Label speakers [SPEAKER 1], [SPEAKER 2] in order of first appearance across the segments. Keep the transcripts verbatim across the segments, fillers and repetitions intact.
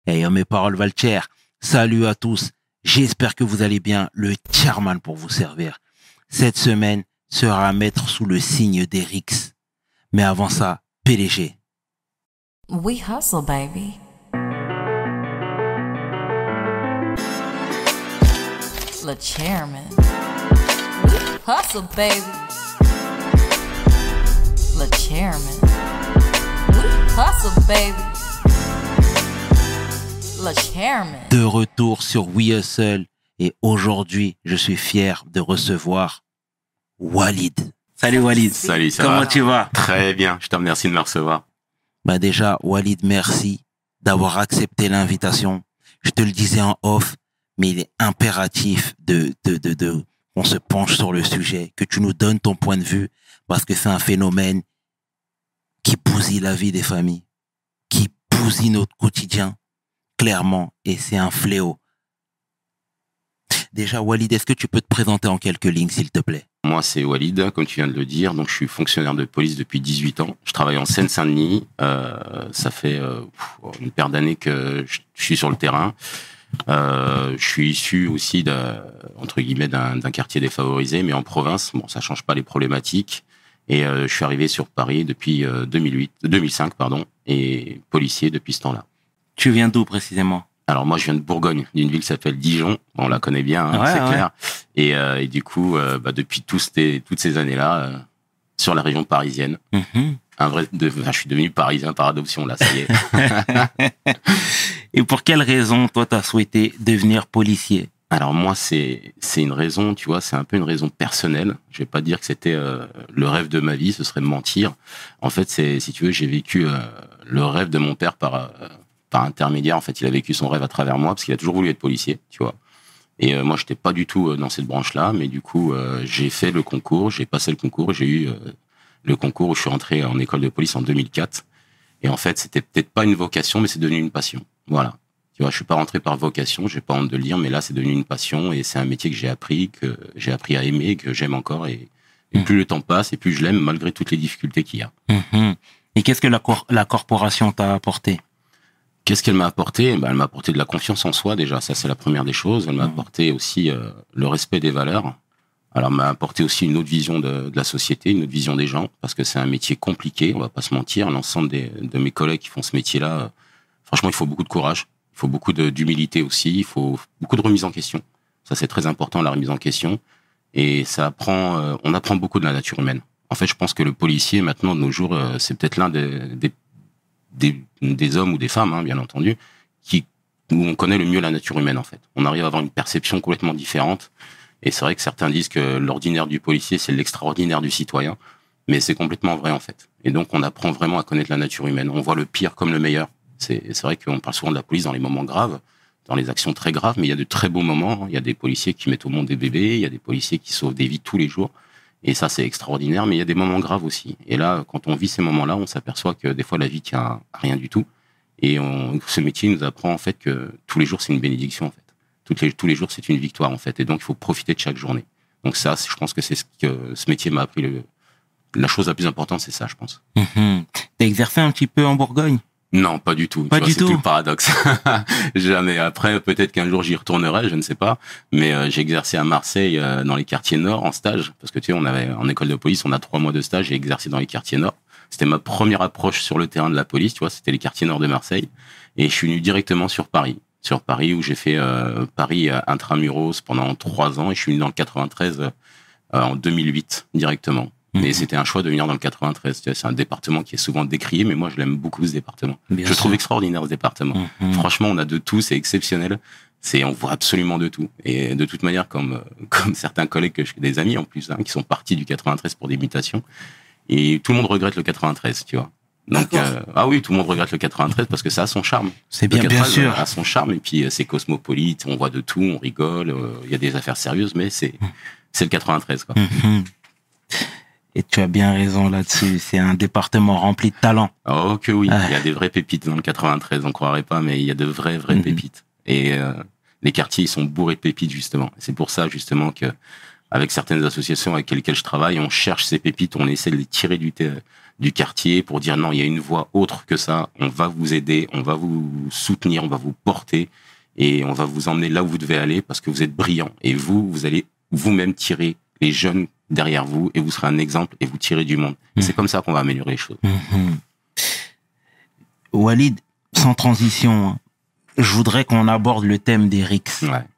[SPEAKER 1] Hey, mes paroles valent cher. Salut à tous. J'espère que vous allez bien. Le chairman pour vous servir. Cette semaine sera à mettre sous le signe d'Erix. Mais avant ça, P D G.
[SPEAKER 2] We hustle, baby. Le chairman. We hustle, baby. Le chairman. We hustle, baby. Le chairman.
[SPEAKER 1] De retour sur We Hustle. Et aujourd'hui, je suis fier de recevoir Walid. Salut Walid.
[SPEAKER 3] Salut, ça
[SPEAKER 1] Comment
[SPEAKER 3] va?
[SPEAKER 1] tu vas?
[SPEAKER 3] Très bien, je te remercie de me recevoir.
[SPEAKER 1] Bah déjà, Walid, merci d'avoir accepté l'invitation. Je te le disais en off, mais il est impératif de, de, de, de, qu'on se penche sur le sujet, que tu nous donnes ton point de vue, parce que c'est un phénomène qui bousille la vie des familles, qui bousille notre quotidien, clairement, et c'est un fléau. Déjà, Walid, est-ce que tu peux te présenter en quelques lignes, s'il te plaît?
[SPEAKER 3] Moi, c'est Walid, comme tu viens de le dire. Donc, je suis fonctionnaire de police depuis dix-huit ans. Je travaille en Seine-Saint-Denis. Euh, ça fait euh, une paire d'années que je suis sur le terrain. Euh, je suis issu aussi d'un, entre guillemets, d'un, d'un quartier défavorisé, mais en province. Bon, ça change pas les problématiques. Et euh, je suis arrivé sur Paris depuis euh, deux mille huit, deux mille cinq, pardon, et policier depuis ce temps-là.
[SPEAKER 1] Tu viens d'où précisément?
[SPEAKER 3] Alors moi, je viens de Bourgogne, d'une ville qui s'appelle Dijon. On la connaît bien, hein,
[SPEAKER 1] ouais,
[SPEAKER 3] c'est
[SPEAKER 1] ouais.
[SPEAKER 3] clair. Et, euh, et du coup, euh, bah, depuis tous ces, toutes ces années-là, euh, sur la région parisienne,
[SPEAKER 1] Mm-hmm.
[SPEAKER 3] un vrai, de, enfin, je suis devenu parisien par adoption, là, ça y est.
[SPEAKER 1] Et pour quelle raison, toi, t'as souhaité devenir policier?
[SPEAKER 3] Alors moi, c'est c'est une raison, tu vois, c'est un peu une raison personnelle. Je vais pas dire que c'était euh, le rêve de ma vie, ce serait mentir. En fait, c'est, si tu veux, j'ai vécu euh, le rêve de mon père par euh, par intermédiaire. En fait, il a vécu son rêve à travers moi parce qu'il a toujours voulu être policier, tu vois. Et euh, moi, j'étais pas du tout dans cette branche-là, mais du coup, euh, j'ai fait le concours, j'ai passé le concours, j'ai eu euh, le concours où je suis rentré en école de police en deux mille quatre. Et en fait, c'était peut-être pas une vocation, mais c'est devenu une passion. Voilà. Tu vois, je suis pas rentré par vocation, j'ai pas honte de le dire, mais là, c'est devenu une passion et c'est un métier que j'ai appris, que j'ai appris à aimer, que j'aime encore. Et, et
[SPEAKER 1] Mmh.
[SPEAKER 3] plus le temps passe, et plus je l'aime, malgré toutes les difficultés qu'il y a.
[SPEAKER 1] Mm-hmm. Et qu'est-ce que la, cor- la corporation t'a apporté?
[SPEAKER 3] Qu'est-ce qu'elle m'a apporté? Ben, elle m'a apporté de la confiance en soi, déjà. Ça, c'est la première des choses. Elle m'a
[SPEAKER 1] Mmh.
[SPEAKER 3] apporté aussi euh, le respect des valeurs. Alors, elle m'a apporté aussi une autre vision de, de la société, une autre vision des gens, parce que c'est un métier compliqué, on va pas se mentir. L'ensemble des, de mes collègues qui font ce métier-là, euh, franchement, il faut beaucoup de courage. Il faut beaucoup de, d'humilité aussi. Il faut beaucoup de remise en question. Ça, c'est très important, la remise en question. Et ça apprend, euh, on apprend beaucoup de la nature humaine. En fait, je pense que le policier, maintenant, de nos jours, euh, c'est peut-être l'un des, des, des, des hommes ou des femmes, hein, bien entendu, qui, où on connaît le mieux la nature humaine, en fait. On arrive à avoir une perception complètement différente. Et c'est vrai que certains disent que l'ordinaire du policier, c'est l'extraordinaire du citoyen. Mais c'est complètement vrai, en fait. Et donc, on apprend vraiment à connaître la nature humaine. On voit le pire comme le meilleur. C'est, c'est vrai qu'on parle souvent de la police dans les moments graves, dans les actions très graves, mais il y a de très beaux moments. Il y a des policiers qui mettent au monde des bébés, il y a des policiers qui sauvent des vies tous les jours. Et ça, c'est extraordinaire, mais il y a des moments graves aussi. Et là, quand on vit ces moments-là, on s'aperçoit que des fois, la vie tient à rien du tout. Et on, ce métier nous apprend, en fait, que tous les jours, c'est une bénédiction, en fait. Toutes les, tous les jours, c'est une victoire, en fait. Et donc, il faut profiter de chaque journée. Donc ça, je pense que c'est ce que ce métier m'a appris. Le, la chose la plus importante, c'est ça, je pense.
[SPEAKER 1] Mm-hmm. T'as exercé un petit peu en Bourgogne?
[SPEAKER 3] Non, pas du tout.
[SPEAKER 1] Pas
[SPEAKER 3] tu vois,
[SPEAKER 1] du
[SPEAKER 3] c'est
[SPEAKER 1] tout.
[SPEAKER 3] tout le paradoxe. Jamais. Après, peut-être qu'un jour j'y retournerai, je ne sais pas. Mais euh, j'ai exercé à Marseille, euh, dans les quartiers nord, en stage, parce que tu sais, on avait en école de police, on a trois mois de stage. J'ai exercé dans les quartiers nord. C'était ma première approche sur le terrain de la police. Tu vois, c'était les quartiers nord de Marseille. Et je suis venu directement sur Paris, sur Paris où j'ai fait euh, Paris euh, intramuros pendant trois ans. Et je suis venu dans le quatre-vingt-treize euh, en deux mille huit directement. Mais c'était un choix de venir dans le quatre-vingt-treize. C'est un département qui est souvent décrié, mais moi, je l'aime beaucoup, ce département.
[SPEAKER 1] Bien
[SPEAKER 3] je
[SPEAKER 1] sûr.
[SPEAKER 3] trouve extraordinaire, ce département.
[SPEAKER 1] Mm-hmm.
[SPEAKER 3] Franchement, on a de tout, c'est exceptionnel. C'est, on voit absolument de tout. Et de toute manière, comme, comme certains collègues, que j'ai des amis en plus, hein, qui sont partis du quatre-vingt-treize pour des mutations. Et tout le monde regrette le quatre-vingt-treize, tu vois. Donc, euh, ah oui, tout le monde regrette le quatre-vingt-treize parce que ça a son charme.
[SPEAKER 1] C'est bien,
[SPEAKER 3] le
[SPEAKER 1] bien sûr.
[SPEAKER 3] a son charme. Et puis, c'est cosmopolite, on voit de tout, on rigole, il y a des affaires sérieuses, mais c'est, c'est le quatre-vingt-treize, quoi.
[SPEAKER 1] Mm-hmm. Et tu as bien raison là-dessus. C'est un département rempli de talent.
[SPEAKER 3] Oh que oui,
[SPEAKER 1] Ah.
[SPEAKER 3] il y a des vraies pépites dans le quatre-vingt-treize, on croirait pas, mais il y a de vraies, vraies
[SPEAKER 1] Mhm.
[SPEAKER 3] pépites. Et euh, les quartiers, ils sont bourrés de pépites, justement. C'est pour ça, justement, que avec certaines associations avec lesquelles je travaille, on cherche ces pépites, on essaie de les tirer du, ter- du quartier pour dire non, il y a une voie autre que ça, on va vous aider, on va vous soutenir, on va vous porter et on va vous emmener là où vous devez aller parce que vous êtes brillant. Et vous, vous allez vous-même tirer les jeunes derrière vous et vous serez un exemple et vous tirez du monde. Mmh. C'est comme ça qu'on va améliorer les choses.
[SPEAKER 1] Mmh. Walid, sans transition, je voudrais qu'on aborde le thème des R I C S.
[SPEAKER 3] Ouais.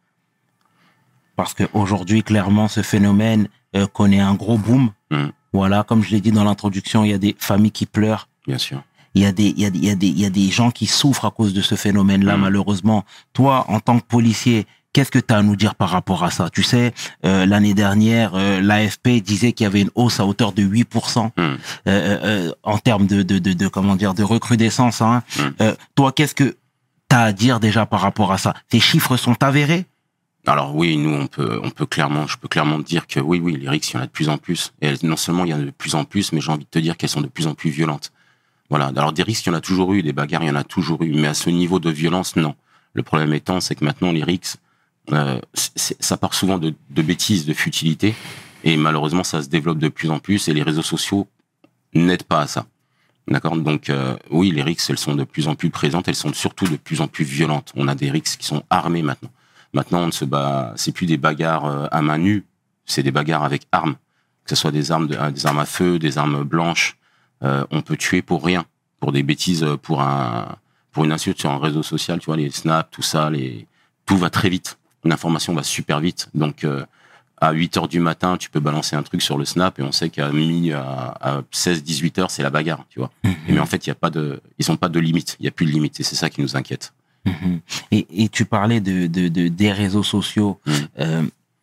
[SPEAKER 1] Parce qu'aujourd'hui, clairement, ce phénomène euh, connaît un gros boom. Mmh. Voilà, comme je l'ai dit dans l'introduction, il y a des familles qui pleurent.
[SPEAKER 3] Bien sûr.
[SPEAKER 1] Il y a des, il y a, il y a des, il y a des gens qui souffrent à cause de ce phénomène-là, mmh. malheureusement. Toi, en tant que policier, qu'est-ce que tu as à nous dire par rapport à ça? Tu sais, euh, l'année dernière, euh, l'A F P disait qu'il y avait une hausse à hauteur de huit pour cent mmh. euh, euh, en termes de, de, de, de, comment dire, de recrudescence. Hein. Mmh. Euh, toi, qu'est-ce que tu as à dire déjà par rapport à ça? Ces chiffres sont avérés?
[SPEAKER 3] Alors oui, nous on peut, on peut clairement, je peux clairement te dire que oui, oui, les R I C S, il y en a de plus en plus. Et non seulement il y en a de plus en plus, mais j'ai envie de te dire qu'elles sont de plus en plus violentes. Voilà. Alors des R I C S, il y en a toujours eu, des bagarres, il y en a toujours eu, mais à ce niveau de violence, non. Le problème étant, c'est que maintenant les R I C S, euh, ça part souvent de, de bêtises, de futilité, et malheureusement ça se développe de plus en plus, et les réseaux sociaux n'aident pas à ça. D'accord. Donc euh, oui, les R I C S, elles sont de plus en plus présentes, elles sont surtout de plus en plus violentes. On a des R I C S qui sont armés maintenant. Maintenant, on ne se bat, c'est plus des bagarres à main nue, c'est des bagarres avec armes, que ce soit des armes, de, des armes à feu, des armes blanches. Euh, on peut tuer pour rien, pour des bêtises, pour un, pour une insulte sur un réseau social, tu vois, les snaps, tout ça, les, tout va très vite. L'information va super vite. Donc, euh, à huit heures du matin, tu peux balancer un truc sur le snap et on sait qu'à minuit, à, à seize, dix-huit heures, c'est la bagarre, tu vois. Mmh. Mais en fait, il y a pas de, ils ont pas de limite. Il y a plus de limite et c'est ça qui nous inquiète.
[SPEAKER 1] Mmh. Et, et tu parlais de, de, de des réseaux sociaux. Mmh. Euh,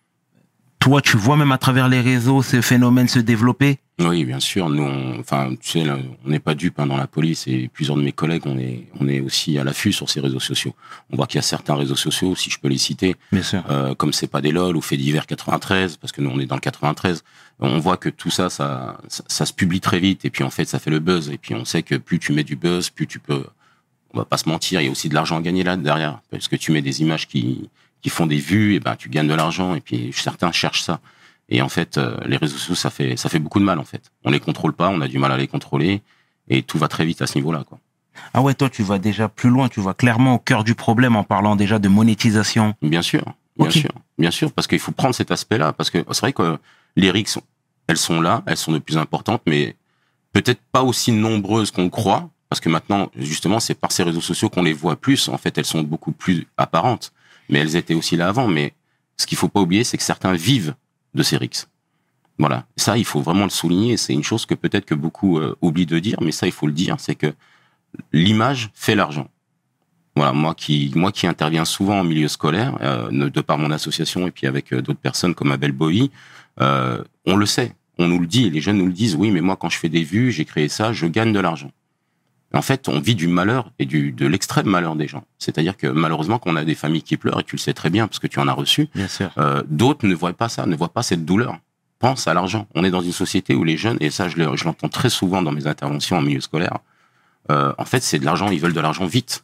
[SPEAKER 1] toi, tu vois même à travers les réseaux ce phénomène se développer?
[SPEAKER 3] Oui, bien sûr. Nous, on, enfin, tu sais, là, on n'est pas dupes hein, dans la police et plusieurs de mes collègues, on est, on est aussi à l'affût sur ces réseaux sociaux. On voit qu'il y a certains réseaux sociaux, si je peux les citer,
[SPEAKER 1] bien sûr.
[SPEAKER 3] Euh, comme C'est pas des lol ou Fait divers quatre-vingt-treize, parce que nous on est dans le quatre-vingt-treize. On voit que tout ça, ça, ça, ça se publie très vite et puis en fait, ça fait le buzz. Et puis on sait que plus tu mets du buzz, plus tu peux. On va pas se mentir, il y a aussi de l'argent à gagner là derrière, parce que tu mets des images qui qui font des vues, et ben tu gagnes de l'argent, et puis certains cherchent ça. Et en fait, euh, les réseaux sociaux, ça fait ça fait beaucoup de mal en fait. On les contrôle pas, on a du mal à les contrôler, et tout va très vite à ce niveau-là, quoi.
[SPEAKER 1] Ah ouais, toi tu vas déjà plus loin, tu vas clairement au cœur du problème en parlant déjà de monétisation.
[SPEAKER 3] Bien sûr, bien
[SPEAKER 1] okay.
[SPEAKER 3] sûr, bien sûr, parce qu'il faut prendre cet aspect-là, parce que c'est vrai que les R I C S, elles sont là, elles sont de plus importantes, mais peut-être pas aussi nombreuses qu'on le croit. Parce que maintenant, justement, c'est par ces réseaux sociaux qu'on les voit plus. En fait, elles sont beaucoup plus apparentes. Mais elles étaient aussi là avant. Mais ce qu'il faut pas oublier, c'est que certains vivent de ces R I C S. Voilà. Ça, il faut vraiment le souligner. C'est une chose que peut-être que beaucoup euh, oublient de dire, mais ça, il faut le dire. C'est que l'image fait l'argent. Voilà. Moi qui, moi qui interviens souvent en milieu scolaire, euh, de par mon association et puis avec euh, d'autres personnes comme Abel Bowie, euh, on le sait. On nous le dit. Les jeunes nous le disent. Oui, mais moi, quand je fais des vues, j'ai créé ça, je gagne de l'argent. En fait, on vit du malheur et du de l'extrême malheur des gens. C'est-à-dire que malheureusement, qu'on a des familles qui pleurent, et tu le sais très bien parce que tu en as reçu.
[SPEAKER 1] Bien sûr.
[SPEAKER 3] Euh, d'autres ne voient pas ça, ne voient pas cette douleur. Pense à l'argent. On est dans une société où les jeunes, et ça, je, je l'entends très souvent dans mes interventions en milieu scolaire. Euh, en fait, c'est de l'argent. Ils veulent de l'argent vite.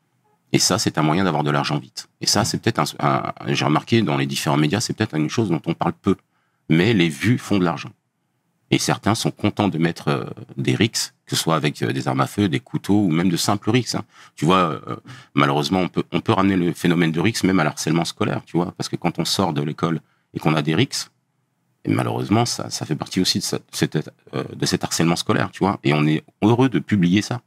[SPEAKER 3] Et ça, c'est un moyen d'avoir de l'argent vite. Et ça, c'est peut-être un, un j'ai remarqué dans les différents médias, c'est peut-être une chose dont on parle peu. Mais les vues font de l'argent. Et certains sont contents de mettre euh, des R I C S, que ce soit avec euh, des armes à feu, des couteaux ou même de simples R I C S. Hein. Tu vois, euh, malheureusement, on peut on peut ramener le phénomène de R I C S même à l'harcèlement scolaire, tu vois, parce que quand on sort de l'école et qu'on a des R I C S, et malheureusement, ça ça fait partie aussi de, ça, de, cet, euh, de cet harcèlement scolaire, tu vois. Et on est heureux de publier ça.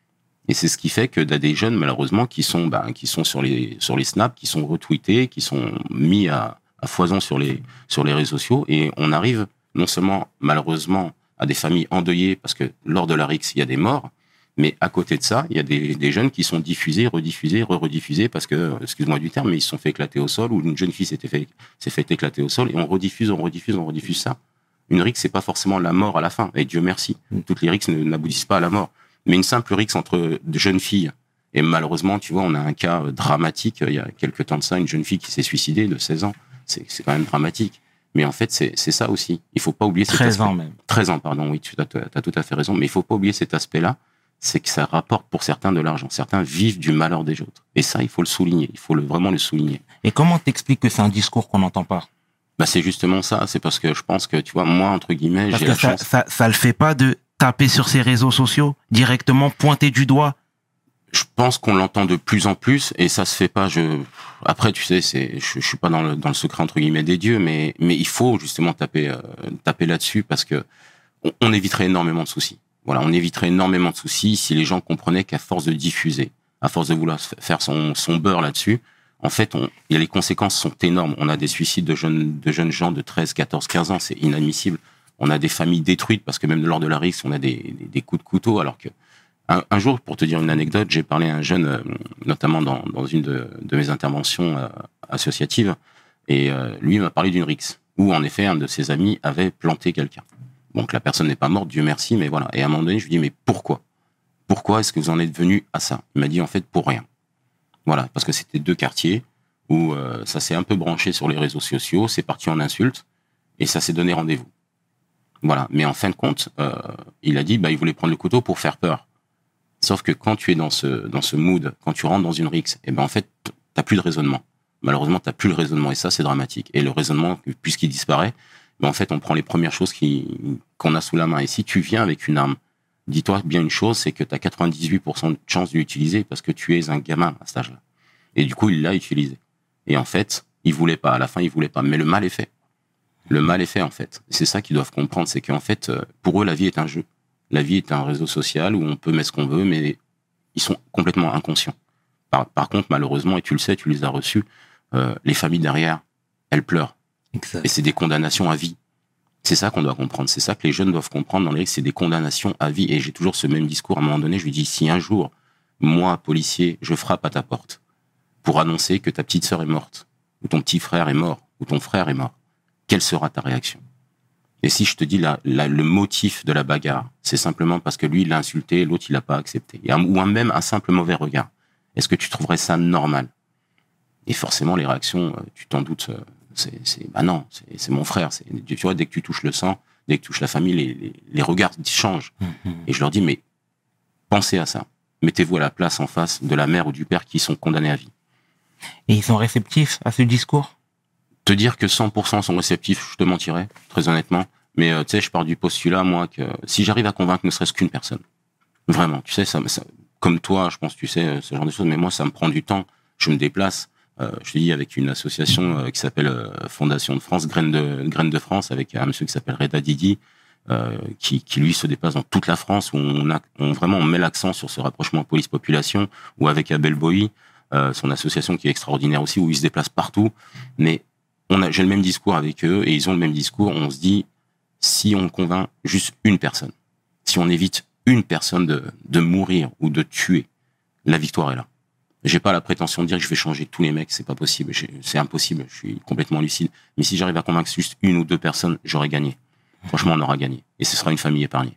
[SPEAKER 3] Et c'est ce qui fait que t'as des jeunes malheureusement qui sont ben, qui sont sur les sur les snaps, qui sont retweetés, qui sont mis à, à foison sur les sur les réseaux sociaux, et on arrive non seulement, malheureusement, à des familles endeuillées, parce que lors de la R I C S, il y a des morts, mais à côté de ça, il y a des, des jeunes qui sont diffusés, rediffusés, re-rediffusés, parce que, excuse-moi du terme, mais ils se sont fait éclater au sol, ou une jeune fille s'est fait, s'est fait éclater au sol, et on rediffuse, on rediffuse, on rediffuse ça. Une R I C S, c'est pas forcément la mort à la fin, et Dieu merci. Toutes les R I C S n'aboutissent pas à la mort. Mais une simple R I C S entre de jeunes filles, et malheureusement, tu vois, on a un cas dramatique, il y a quelques temps de ça, une jeune fille qui s'est suicidée de seize ans. C'est, c'est quand même dramatique. Mais en fait, c'est, c'est ça aussi. Il faut pas oublier cet
[SPEAKER 1] treize
[SPEAKER 3] aspect.
[SPEAKER 1] ans même.
[SPEAKER 3] treize ans, pardon, oui, tu as, as tout à fait raison. Mais il faut pas oublier cet aspect-là. C'est que ça rapporte pour certains de l'argent. Certains vivent du malheur des autres. Et ça, il faut le souligner. Il faut le, vraiment le souligner.
[SPEAKER 1] Et comment t'expliques que c'est un discours qu'on n'entend pas?
[SPEAKER 3] Bah, c'est justement ça. C'est parce que je pense que, tu vois, moi, entre guillemets,
[SPEAKER 1] parce
[SPEAKER 3] j'ai
[SPEAKER 1] que
[SPEAKER 3] la
[SPEAKER 1] ça,
[SPEAKER 3] chance.
[SPEAKER 1] Ça, ça le fait pas de taper sur ses réseaux sociaux, directement pointer du doigt?
[SPEAKER 3] Je pense qu'on l'entend de plus en plus et ça se fait pas. Je après, tu sais, c'est je, je suis pas dans le dans le secret entre guillemets des dieux, mais mais il faut justement taper euh, taper là-dessus parce que on, on éviterait énormément de soucis. Voilà, on éviterait énormément de soucis si les gens comprenaient qu'à force de diffuser, à force de vouloir faire son son beurre là-dessus, en fait, on et les conséquences sont énormes. On a des suicides de jeunes de jeunes gens de treize, quatorze, quinze ans, c'est inadmissible. On a des familles détruites parce que même lors de la rixe, on a des des, des coups de couteau alors que Un, un jour, pour te dire une anecdote, j'ai parlé à un jeune, euh, notamment dans, dans une de, de mes interventions euh, associatives, et euh, lui m'a parlé d'une rixe, où en effet, un de ses amis avait planté quelqu'un. Donc la personne n'est pas morte, Dieu merci, mais voilà. Et à un moment donné, je lui dis, mais pourquoi Pourquoi est-ce que vous en êtes venu à ça? Il m'a dit, en fait, pour rien. Voilà, parce que c'était deux quartiers où euh, ça s'est un peu branché sur les réseaux sociaux, c'est parti en insultes, et ça s'est donné rendez-vous. Voilà, mais en fin de compte, euh, il a dit, bah, il voulait prendre le couteau pour faire peur. Sauf que quand tu es dans ce dans ce mood, quand tu rentres dans une rixe, eh ben en fait, t'as plus de raisonnement. Malheureusement, t'as plus le raisonnement et ça, c'est dramatique. Et le raisonnement, puisqu'il disparaît, ben en fait, on prend les premières choses qui qu'on a sous la main. Et si tu viens avec une arme, dis-toi bien une chose, c'est que t'as quatre-vingt-dix-huit pour cent de chance de l'utiliser parce que tu es un gamin à cet âge-là. Et du coup, il l'a utilisé. Et en fait, il voulait pas. À la fin, il voulait pas. Mais le mal est fait. Le mal est fait en fait. C'est ça qu'ils doivent comprendre, c'est qu'en fait, pour eux, la vie est un jeu. La vie est un réseau social où on peut mettre ce qu'on veut, mais ils sont complètement inconscients. Par, par contre, malheureusement, et tu le sais, tu les as reçus, euh, les familles derrière, elles pleurent. Exact. Et c'est des condamnations à vie. C'est ça qu'on doit comprendre. C'est ça que les jeunes doivent comprendre dans les risques, c'est des condamnations à vie. Et j'ai toujours ce même discours. À un moment donné, je lui dis, si un jour, moi, policier, je frappe à ta porte pour annoncer que ta petite sœur est morte, ou ton petit frère est mort, ou ton frère est mort, quelle sera ta réaction? Et si je te dis la, la, le motif de la bagarre, c'est simplement parce que lui, il l'a insulté et l'autre, il l'a pas accepté. Et un, ou un, même un simple mauvais regard. Est-ce que tu trouverais ça normal? Et forcément, les réactions, tu t'en doutes, c'est, c'est bah non, c'est, c'est mon frère. C'est, tu vois, dès que tu touches le sang, dès que tu touches la famille, les, les, les regards changent. Mmh. Et je leur dis, mais pensez à ça. Mettez-vous à la place en face de la mère ou du père qui sont condamnés à vie.
[SPEAKER 1] Et ils sont réceptifs à ce discours?
[SPEAKER 3] Te dire que cent pour cent sont réceptifs, je te mentirais, très honnêtement. Mais euh, tu sais, je pars du postulat, moi, que si j'arrive à convaincre ne serait-ce qu'une personne, vraiment, tu sais, ça, ça, comme toi, je pense, tu sais, ce genre de choses, mais moi, ça me prend du temps. Je me déplace, euh, je te dis, avec une association euh, qui s'appelle euh, Fondation de France, Graines de, Graines de France, avec un monsieur qui s'appelle Reda Didi, euh, qui, qui lui se déplace dans toute la France, où on, a, on vraiment on met l'accent sur ce rapprochement police-population, ou avec Abel Bowie, euh, son association qui est extraordinaire aussi, où il se déplace partout, mais on a, j'ai le même discours avec eux et ils ont le même discours. On se dit, si on convainc juste une personne, si on évite une personne de, de mourir ou de tuer, la victoire est là. J'ai pas la prétention de dire que je vais changer tous les mecs, c'est pas possible, j'ai, c'est impossible, je suis complètement lucide. Mais si j'arrive à convaincre juste une ou deux personnes, j'aurai gagné. Franchement, on aura gagné. Et ce sera une famille épargnée.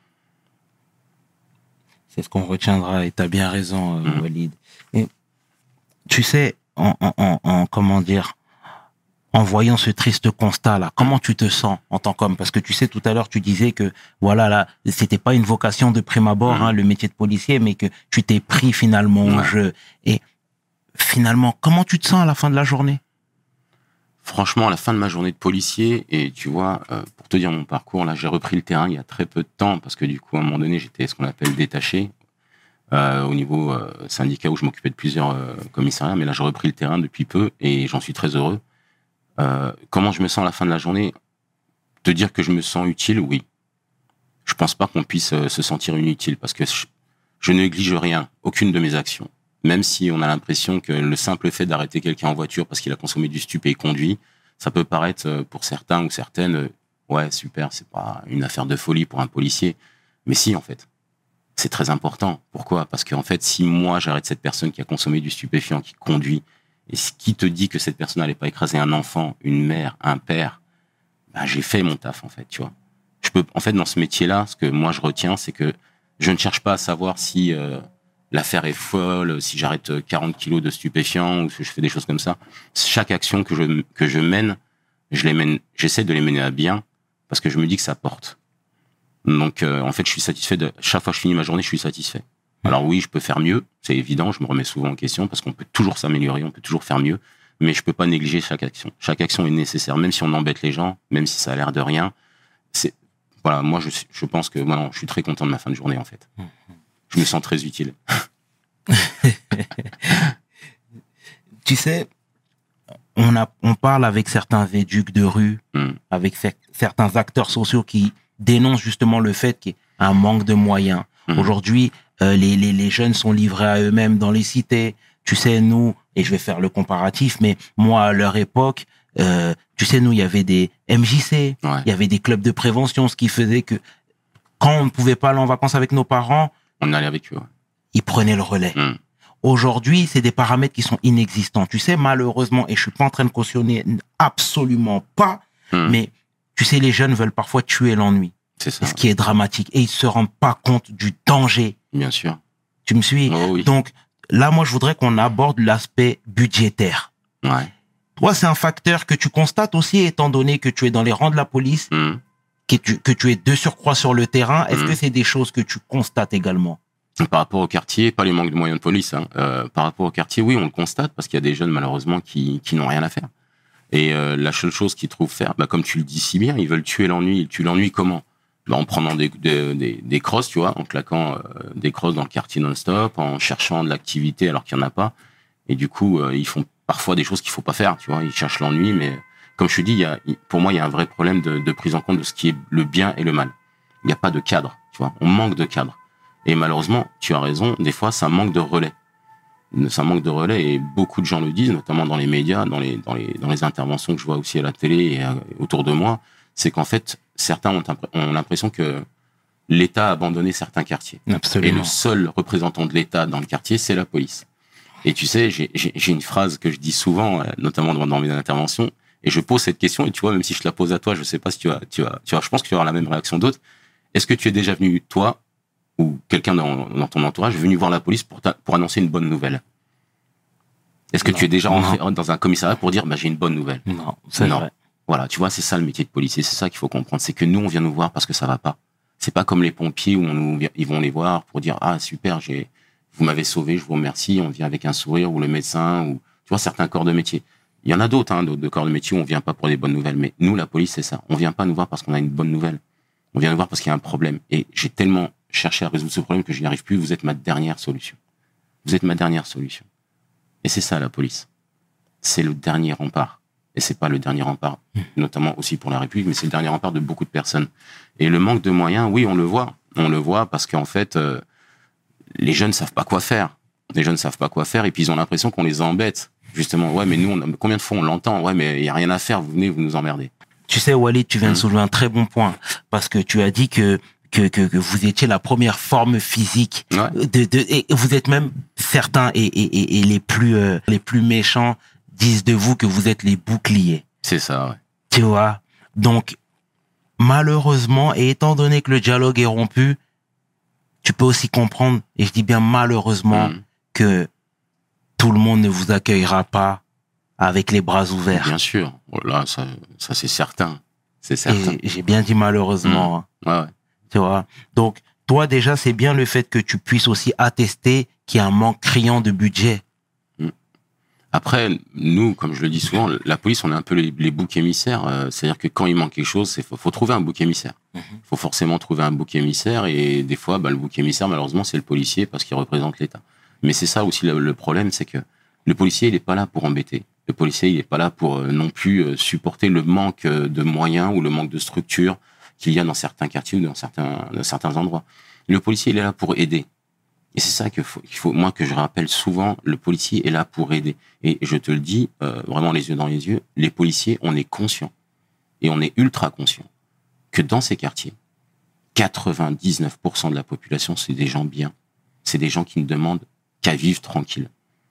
[SPEAKER 1] C'est ce qu'on retiendra et t'as bien raison, euh, mmh. Walid. Et tu sais, en, en, en, en comment dire, en voyant ce triste constat-là, comment tu te sens en tant qu'homme? Parce que tu sais, tout à l'heure, tu disais que, voilà, là, c'était pas une vocation de prime abord, mmh. hein, le métier de policier, mais que tu t'es pris finalement ouais. au jeu. Et finalement, comment tu te sens à la fin de la journée?
[SPEAKER 3] Franchement, à la fin de ma journée de policier, et tu vois, euh, pour te dire mon parcours, là, j'ai repris le terrain il y a très peu de temps, parce que du coup, à un moment donné, j'étais ce qu'on appelle détaché, euh, au niveau euh, syndicat où je m'occupais de plusieurs euh, commissariats, mais là, j'ai repris le terrain depuis peu, et j'en suis très heureux. Euh, comment je me sens à la fin de la journée? Te dire que je me sens utile, oui. Je pense pas qu'on puisse euh, se sentir inutile parce que je, je ne néglige rien, aucune de mes actions. Même si on a l'impression que le simple fait d'arrêter quelqu'un en voiture parce qu'il a consommé du stupé et conduit, ça peut paraître euh, pour certains ou certaines, euh, ouais, super, c'est pas une affaire de folie pour un policier. Mais si, en fait. C'est très important. Pourquoi? Parce qu'en fait, si moi j'arrête cette personne qui a consommé du stupéfiant, qui conduit, et ce qui te dit que cette personne n'allait pas écraser un enfant, une mère, un père, ben j'ai fait mon taf en fait, tu vois. Je peux, en fait, dans ce métier-là, ce que moi je retiens, c'est que je ne cherche pas à savoir si euh, l'affaire est folle, si j'arrête quarante kilos de stupéfiants ou si je fais des choses comme ça. Chaque action que je que je mène, je les mène, j'essaie de les mener à bien parce que je me dis que ça porte. Donc, euh, en fait, je suis satisfait de chaque fois que je finis ma journée, je suis satisfait. Alors oui, je peux faire mieux, c'est évident, je me remets souvent en question parce qu'on peut toujours s'améliorer, on peut toujours faire mieux, mais je peux pas négliger chaque action. Chaque action est nécessaire, même si on embête les gens, même si ça a l'air de rien. C'est voilà, moi, je, je pense que moi, non, je suis très content de ma fin de journée, en fait. Mmh. Je me sens très utile.
[SPEAKER 1] Tu sais, on, a, on parle avec certains éducs de rue, mmh. avec c- certains acteurs sociaux qui dénoncent justement le fait qu'il y a un manque de moyens. Mmh. Aujourd'hui, euh, les, les, les jeunes sont livrés à eux-mêmes dans les cités. Tu sais, nous, et je vais faire le comparatif, mais moi, à leur époque, euh, tu sais, nous, il y avait des M J C, il ouais. y avait des clubs de prévention, ce qui faisait que quand on ne pouvait pas aller en vacances avec nos parents,
[SPEAKER 3] on allait avec eux. Ouais.
[SPEAKER 1] Ils prenaient le relais. Mmh. Aujourd'hui, c'est des paramètres qui sont inexistants. Tu sais, malheureusement, et je suis pas en train de cautionner absolument pas, mmh. mais tu sais, les jeunes veulent parfois tuer l'ennui.
[SPEAKER 3] C'est ça.
[SPEAKER 1] Ce qui est dramatique. Et ils se rendent pas compte du danger.
[SPEAKER 3] Bien sûr.
[SPEAKER 1] Tu me suis?
[SPEAKER 3] Oh, oui.
[SPEAKER 1] Donc, là, moi, je voudrais qu'on aborde l'aspect budgétaire.
[SPEAKER 3] Ouais.
[SPEAKER 1] Toi, c'est un facteur que tu constates aussi, étant donné que tu es dans les rangs de la police, mmh. que, tu, que tu es de surcroît sur le terrain. Est-ce mmh. que c'est des choses que tu constates également?
[SPEAKER 3] Par rapport au quartier, pas les manques de moyens de police. Hein. Euh, par rapport au quartier, oui, on le constate parce qu'il y a des jeunes malheureusement qui, qui n'ont rien à faire. Et euh, la seule chose qu'ils trouvent faire, bah, comme tu le dis si bien, ils veulent tuer l'ennui. Ils tuent l'ennui comment? Bah, en prenant des, des, des, des crosses, tu vois, en claquant euh, des crosses dans le quartier non-stop, en cherchant de l'activité alors qu'il n'y en a pas. Et du coup, euh, ils font parfois des choses qu'il faut pas faire, tu vois. Ils cherchent l'ennui, mais comme je te dis, il y a, pour moi, il y a un vrai problème de, de prise en compte de ce qui est le bien et le mal. Il n'y a pas de cadre, tu vois. On manque de cadre. Et malheureusement, tu as raison, des fois, ça manque de relais. Ça manque de relais et beaucoup de gens le disent, notamment dans les médias, dans les, dans les, dans les interventions que je vois aussi à la télé et à, autour de moi. C'est qu'en fait, certains ont, ont l'impression que l'État a abandonné certains quartiers.
[SPEAKER 1] Absolument.
[SPEAKER 3] Et le seul représentant de l'État dans le quartier, c'est la police. Et tu sais, j'ai, j'ai, j'ai une phrase que je dis souvent, notamment dans, dans mes interventions, et je pose cette question, et tu vois, même si je te la pose à toi, je sais pas si tu vas, tu vas, tu vas, je pense que tu vas avoir la même réaction d'autres. Est-ce que tu es déjà venu, toi, ou quelqu'un dans, dans ton entourage, venu voir la police pour, ta, pour annoncer une bonne nouvelle? Est-ce que non, tu es déjà rentré non. dans un commissariat pour dire, bah, j'ai une bonne nouvelle?
[SPEAKER 1] Non, c'est non. vrai.
[SPEAKER 3] Voilà, tu vois, c'est ça le métier de policier, c'est ça qu'il faut comprendre. C'est que nous, on vient nous voir parce que ça va pas. C'est pas comme les pompiers où on nous, ils vont les voir pour dire, ah, super, j'ai, vous m'avez sauvé, je vous remercie, on vient avec un sourire, ou le médecin, ou, tu vois, certains corps de métier. Il y en a d'autres, hein, d'autres de corps de métier où on vient pas pour des bonnes nouvelles. Mais nous, la police, c'est ça. On vient pas nous voir parce qu'on a une bonne nouvelle. On vient nous voir parce qu'il y a un problème. Et j'ai tellement cherché à résoudre ce problème que je n'y arrive plus. Vous êtes ma dernière solution. Vous êtes ma dernière solution. Et c'est ça, la police. C'est le dernier rempart. Et c'est pas le dernier rempart, notamment aussi pour la République, mais c'est le dernier rempart de beaucoup de personnes. Et le manque de moyens, oui, on le voit. On le voit parce qu'en fait, euh, les jeunes savent pas quoi faire. Les jeunes savent pas quoi faire et puis ils ont l'impression qu'on les embête. Justement, ouais, mais nous, on a, combien de fois on l'entend? Ouais, mais il y a rien à faire, vous venez, vous nous emmerdez.
[SPEAKER 1] Tu sais, Walid, tu viens mmh. de soulever un très bon point parce que tu as dit que que que, que vous étiez la première forme physique
[SPEAKER 3] ouais.
[SPEAKER 1] de, de et vous êtes même certains et et et, et les plus euh, les plus méchants disent de vous que vous êtes les boucliers.
[SPEAKER 3] C'est ça, ouais.
[SPEAKER 1] Tu vois. Donc malheureusement, et étant donné que le dialogue est rompu, tu peux aussi comprendre, et je dis bien malheureusement, mmh. que tout le monde ne vous accueillera pas avec les bras ouverts.
[SPEAKER 3] Bien sûr. Là, ça, ça c'est certain. C'est certain.
[SPEAKER 1] Et j'ai bien dit malheureusement.
[SPEAKER 3] Mmh. Ouais, ouais.
[SPEAKER 1] Tu vois. Donc, toi, déjà, c'est bien le fait que tu puisses aussi attester qu'il y a un manque criant de budget.
[SPEAKER 3] Mmh. Après, nous, comme je le dis souvent, la police, on est un peu les, les boucs émissaires. Euh, c'est-à-dire que quand il manque quelque chose, il faut, faut trouver un bouc émissaire. Il mmh. faut forcément trouver un bouc émissaire. Et des fois, bah, le bouc émissaire, malheureusement, c'est le policier parce qu'il représente l'État. Mais c'est ça aussi le, le problème, c'est que le policier, il n'est pas là pour embêter. Le policier, il n'est pas là pour euh, non plus euh, supporter le manque euh, de moyens ou le manque de structure qu'il y a dans certains quartiers ou dans certains, dans certains endroits. Le policier, il est là pour aider. Et c'est ça qu'il faut, qu'il faut, moi, que je rappelle souvent, le policier est là pour aider. Et je te le dis, euh, vraiment les yeux dans les yeux, les policiers, on est conscients. Et on est ultra conscients que dans ces quartiers, quatre-vingt-dix-neuf pour cent de la population, c'est des gens bien. C'est des gens qui ne demandent qu'à vivre tranquille.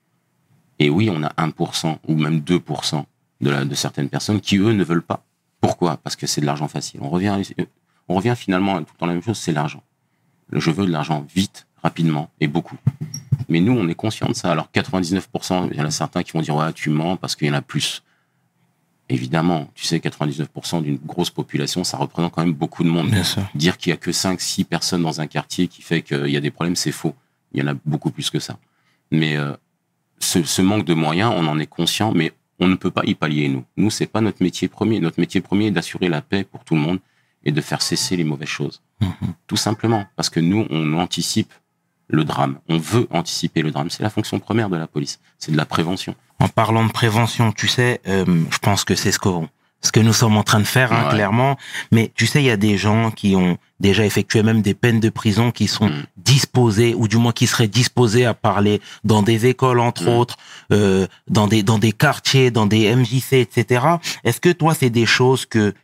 [SPEAKER 3] Et oui, on a un pour cent ou même deux pour cent de, la, de certaines personnes qui, eux, ne veulent pas. Pourquoi? Parce que c'est de l'argent facile. On revient, on revient finalement à tout le temps la même chose, c'est l'argent. Je veux de l'argent vite, rapidement et beaucoup. Mais nous, on est conscients de ça. Alors, quatre-vingt-dix-neuf pour cent, il y en a certains qui vont dire « Ouais, tu mens parce qu'il y en a plus. » Évidemment, tu sais, quatre-vingt-dix-neuf pour cent d'une grosse population, ça représente quand même beaucoup de monde.
[SPEAKER 1] Bien sûr.
[SPEAKER 3] Dire qu'il y a que cinq six personnes dans un quartier qui fait qu'il y a des problèmes, c'est faux. Il y en a beaucoup plus que ça. Mais euh, ce, ce manque de moyens, on en est conscient, mais on ne peut pas y pallier, nous. Nous, c'est pas notre métier premier. Notre métier premier est d'assurer la paix pour tout le monde et de faire cesser les mauvaises choses.
[SPEAKER 1] Mmh.
[SPEAKER 3] Tout simplement. Parce que nous, on anticipe le drame. On veut anticiper le drame. C'est la fonction première de la police. C'est de la prévention.
[SPEAKER 1] En parlant de prévention, tu sais, euh, je pense que c'est ce qu'on ce que nous sommes en train de faire, hein,
[SPEAKER 3] Ouais.
[SPEAKER 1] clairement. Mais tu sais, il y a des gens qui ont déjà effectué même des peines de prison qui sont
[SPEAKER 3] Mm.
[SPEAKER 1] disposés, ou du moins qui seraient disposés à parler dans des écoles, entre
[SPEAKER 3] Mm.
[SPEAKER 1] autres, euh, dans des dans des quartiers, dans des M J C, et cetera. Est-ce que toi, c'est des choses que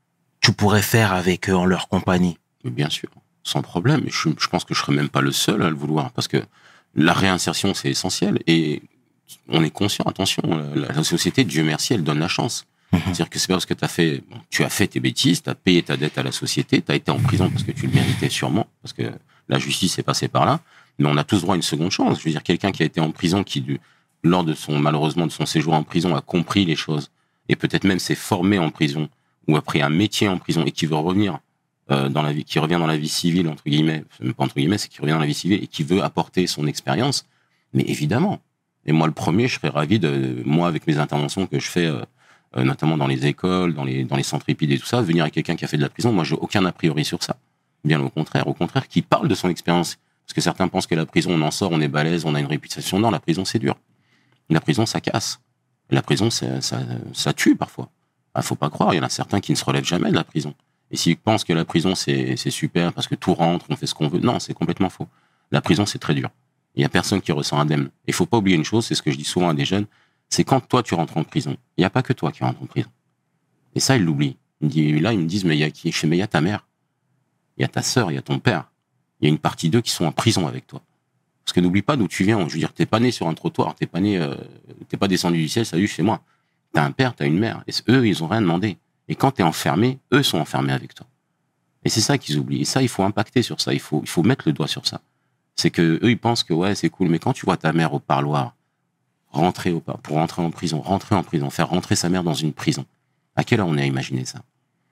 [SPEAKER 1] tu pourrais faire avec eux en leur compagnie?
[SPEAKER 3] Mais bien sûr, sans problème. Je, je pense que je serais même pas le seul à le vouloir, parce que la réinsertion, c'est essentiel. Et on est conscient, attention, la, la société, Dieu merci, elle donne la chance.
[SPEAKER 1] Mhm.
[SPEAKER 3] C'est-à-dire que c'est pas parce que t'as fait, bon, tu as fait tes bêtises, tu as payé ta dette à la société, tu as été en prison parce que tu le méritais sûrement, parce que la justice est passée par là, mais on a tous droit à une seconde chance. Je veux dire, quelqu'un qui a été en prison, qui, du, lors de son, malheureusement, de son séjour en prison, a compris les choses, et peut-être même s'est formé en prison, ou a pris un métier en prison, et qui veut revenir euh, dans la vie, qui revient dans la vie civile, entre guillemets, même pas entre guillemets, c'est qui revient dans la vie civile, et qui veut apporter son expérience, mais évidemment. Et moi, le premier, je serais ravi de, moi, avec mes interventions que je fais, euh, Euh, notamment dans les écoles, dans les dans les centres épides et tout ça, venir avec quelqu'un qui a fait de la prison, moi j'ai aucun a priori sur ça. Bien au contraire, au contraire, qui parle de son expérience. Parce que certains pensent que la prison, on en sort, on est balèze, on a une réputation. Non, la prison c'est dur. La prison ça casse. La prison ça ça, ça tue parfois. Ah, faut pas croire, il y en a certains qui ne se relèvent jamais de la prison. Et s'ils pensent que la prison c'est c'est super parce que tout rentre, on fait ce qu'on veut, non, c'est complètement faux. La prison c'est très dur. Il y a personne qui ressent indemne. Et faut pas oublier une chose, c'est ce que je dis souvent à des jeunes. C'est quand toi, tu rentres en prison. Il n'y a pas que toi qui rentres en prison. Et ça, ils l'oublient. Ils me disent, là, ils me disent, mais il y a qui? Je fais, mais il y a ta mère. Il y a ta sœur, il y a ton père. Il y a une partie d'eux qui sont en prison avec toi. Parce que n'oublie pas d'où tu viens. Je veux dire, t'es pas né sur un trottoir. T'es pas né, euh, t'es pas descendu du ciel, salut, chez moi. T'as un père, t'as une mère. Et eux, ils ont rien demandé. Et quand t'es enfermé, eux sont enfermés avec toi. Et c'est ça qu'ils oublient. Et ça, il faut impacter sur ça. Il faut, il faut mettre le doigt sur ça. C'est que eux, ils pensent que ouais, c'est cool. Mais quand tu vois ta mère au parloir, rentrer au pour rentrer en prison, rentrer en prison, faire rentrer sa mère dans une prison. À quelle heure on a imaginé ça?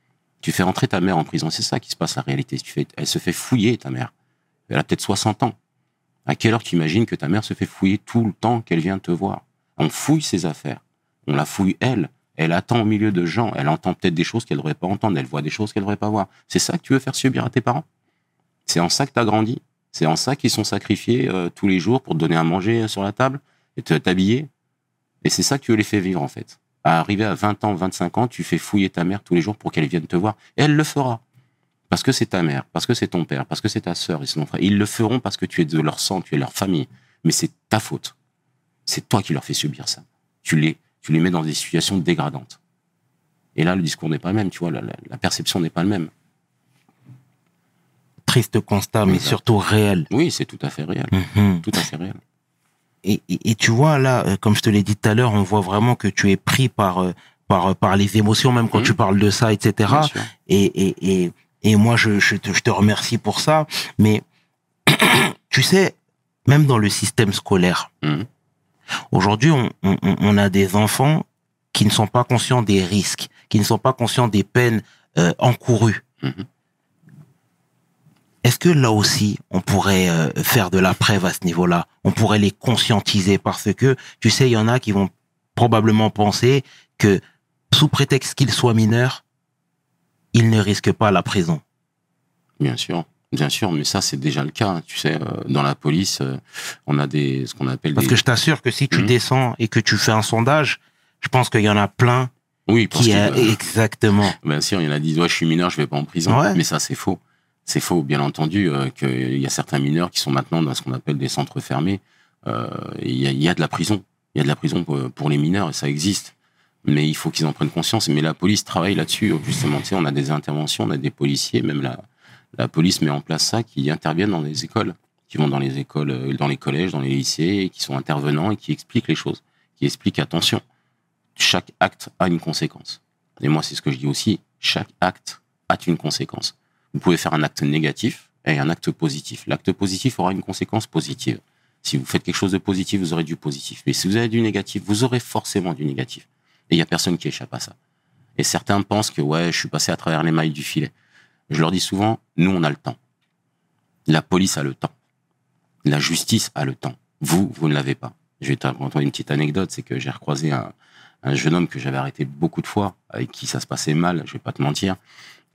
[SPEAKER 3] Tu fais rentrer ta mère en prison, c'est ça qui se passe la réalité. Tu fais, elle se fait fouiller ta mère. Elle a peut-être soixante ans. À quelle heure tu imagines que ta mère se fait fouiller tout le temps qu'elle vient te voir? On fouille ses affaires. On la fouille elle. Elle attend au milieu de gens. Elle entend peut-être des choses qu'elle devrait pas entendre. Elle voit des choses qu'elle devrait pas voir. C'est ça que tu veux faire subir à tes parents? C'est en ça que tu as grandi? C'est en ça qu'ils sont sacrifiés euh, tous les jours pour te donner à manger sur la table et te t'habiller? Et c'est ça que tu veux les faire vivre, en fait. À arriver à vingt ans, vingt-cinq ans, tu fais fouiller ta mère tous les jours pour qu'elle vienne te voir. Et elle le fera. Parce que c'est ta mère, parce que c'est ton père, parce que c'est ta sœur et c'est ton frère. Ils le feront parce que tu es de leur sang, tu es leur famille. Mais c'est ta faute. C'est toi qui leur fais subir ça. Tu les, tu les mets dans des situations dégradantes. Et là, le discours n'est pas le même, tu vois, la, la, la perception n'est pas le même.
[SPEAKER 1] Triste constat, mais
[SPEAKER 3] Exact.
[SPEAKER 1] surtout réel.
[SPEAKER 3] Oui, c'est tout à fait réel.
[SPEAKER 1] Mhm.
[SPEAKER 3] Tout à fait réel.
[SPEAKER 1] Et, et, et tu vois, là, euh, comme je te l'ai dit tout à l'heure, on voit vraiment que tu es pris par, euh, par, par les émotions, même quand
[SPEAKER 3] Mmh.
[SPEAKER 1] tu parles de ça, et cetera.
[SPEAKER 3] Bien sûr.
[SPEAKER 1] Et, et, et, et moi, je, je, te, je te remercie pour ça. Mais tu sais, même dans le système scolaire,
[SPEAKER 3] Mmh.
[SPEAKER 1] aujourd'hui, on, on, on a des enfants qui ne sont pas conscients des risques, qui ne sont pas conscients des peines euh, encourues.
[SPEAKER 3] Mmh.
[SPEAKER 1] Est-ce que là aussi, on pourrait euh, faire de la preuve à ce niveau-là? On pourrait les conscientiser parce que, tu sais, il y en a qui vont probablement penser que, sous prétexte qu'ils soient mineurs, ils ne risquent pas la prison.
[SPEAKER 3] Bien sûr, bien sûr, mais ça c'est déjà le cas. Tu sais, euh, dans la police, euh, on a des ce qu'on appelle
[SPEAKER 1] Parce
[SPEAKER 3] des.
[SPEAKER 1] que je t'assure que si tu
[SPEAKER 3] Mmh.
[SPEAKER 1] descends et que tu fais un sondage, je pense qu'il y en a plein
[SPEAKER 3] Oui, parce
[SPEAKER 1] qui...
[SPEAKER 3] que,
[SPEAKER 1] a...
[SPEAKER 3] euh,
[SPEAKER 1] Exactement.
[SPEAKER 3] bien sûr, il y en a qui disent ouais, je suis mineur, je vais pas en prison.
[SPEAKER 1] Ouais.
[SPEAKER 3] Mais ça c'est faux. C'est faux, bien entendu, euh, qu'il y a certains mineurs qui sont maintenant dans ce qu'on appelle des centres fermés. Euh, Il y, a, il y a de la prison, il y a de la prison pour, pour les mineurs et ça existe. Mais il faut qu'ils en prennent conscience. Mais la police travaille là-dessus, justement. Tu sais, on a des interventions, on a des policiers, même la, la police met en place ça, qui interviennent dans les écoles, qui vont dans les écoles, euh, dans les collèges, dans les lycées, et qui sont intervenants et qui expliquent les choses, qui expliquent attention. Chaque acte a une conséquence. Et moi, c'est ce que je dis aussi. Chaque acte a une conséquence. Vous pouvez faire un acte négatif et un acte positif. L'acte positif aura une conséquence positive. Si vous faites quelque chose de positif, vous aurez du positif. Mais si vous avez du négatif, vous aurez forcément du négatif. Et il y a personne qui échappe à ça. Et certains pensent que ouais, je suis passé à travers les mailles du filet. Je leur dis souvent, nous, on a le temps. La police a le temps. La justice a le temps. Vous, vous ne l'avez pas. Je vais te raconter une petite anecdote, c'est que j'ai recroisé un, un jeune homme que j'avais arrêté beaucoup de fois, avec qui ça se passait mal, je vais pas te mentir.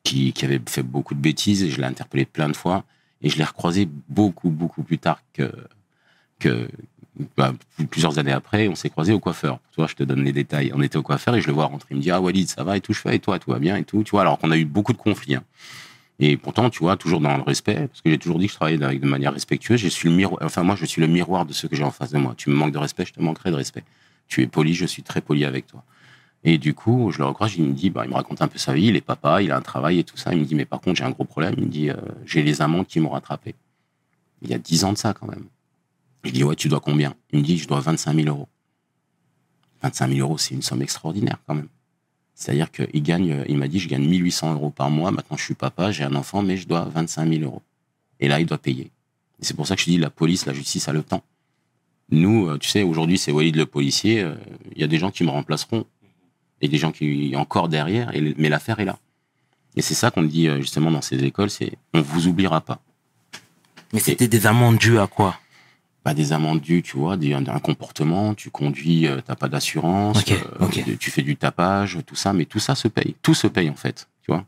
[SPEAKER 3] qui, qui avait fait beaucoup de bêtises, et je l'ai interpellé plein de fois, et je l'ai recroisé beaucoup, beaucoup plus tard que, que bah, plusieurs années après, on s'est croisé au coiffeur. Tu vois, je te donne les détails. On était au coiffeur et je le vois rentrer. Il me dit, ah Walid, ça va et tout, je fais, et toi, tout va bien et tout, tu vois, alors qu'on a eu beaucoup de conflits. Hein. Et pourtant, tu vois, toujours dans le respect, parce que j'ai toujours dit que je travaillais avec de manière respectueuse, je suis le miroir, enfin, moi, je suis le miroir de ce que j'ai en face de moi. Tu me manques de respect, je te manquerai de respect. Tu es poli, je suis très poli avec toi. Et du coup, je le recroise, il me dit, bah, il me raconte un peu sa vie, il est papa, il a un travail et tout ça. Il me dit, mais par contre, j'ai un gros problème. Il me dit, euh, j'ai les amendes qui m'ont rattrapé. Il y a dix ans de ça, quand même. Je dis, ouais, tu dois combien? Il me dit, je dois vingt-cinq mille euros. vingt-cinq mille euros, c'est une somme extraordinaire, quand même. C'est-à-dire qu'il gagne, il m'a dit, je gagne mille huit cents euros par mois. Maintenant, je suis papa, j'ai un enfant, mais je dois vingt-cinq mille euros. Et là, il doit payer. Et c'est pour ça que je dis, la police, la justice a le temps. Nous, tu sais, aujourd'hui, c'est Walid le policier. Il y a des gens qui me remplaceront. Et des gens qui sont encore derrière, et, mais l'affaire est là. Et c'est ça qu'on dit justement dans ces écoles, c'est on vous oubliera pas.
[SPEAKER 1] Mais c'était et, des amendes dues à quoi?
[SPEAKER 3] Pas des amendes dues, tu vois, d'un comportement, tu conduis, t'as pas d'assurance,
[SPEAKER 1] okay,
[SPEAKER 3] euh,
[SPEAKER 1] okay.
[SPEAKER 3] tu fais du tapage, tout ça, mais tout ça se paye. Tout se paye en fait, tu vois.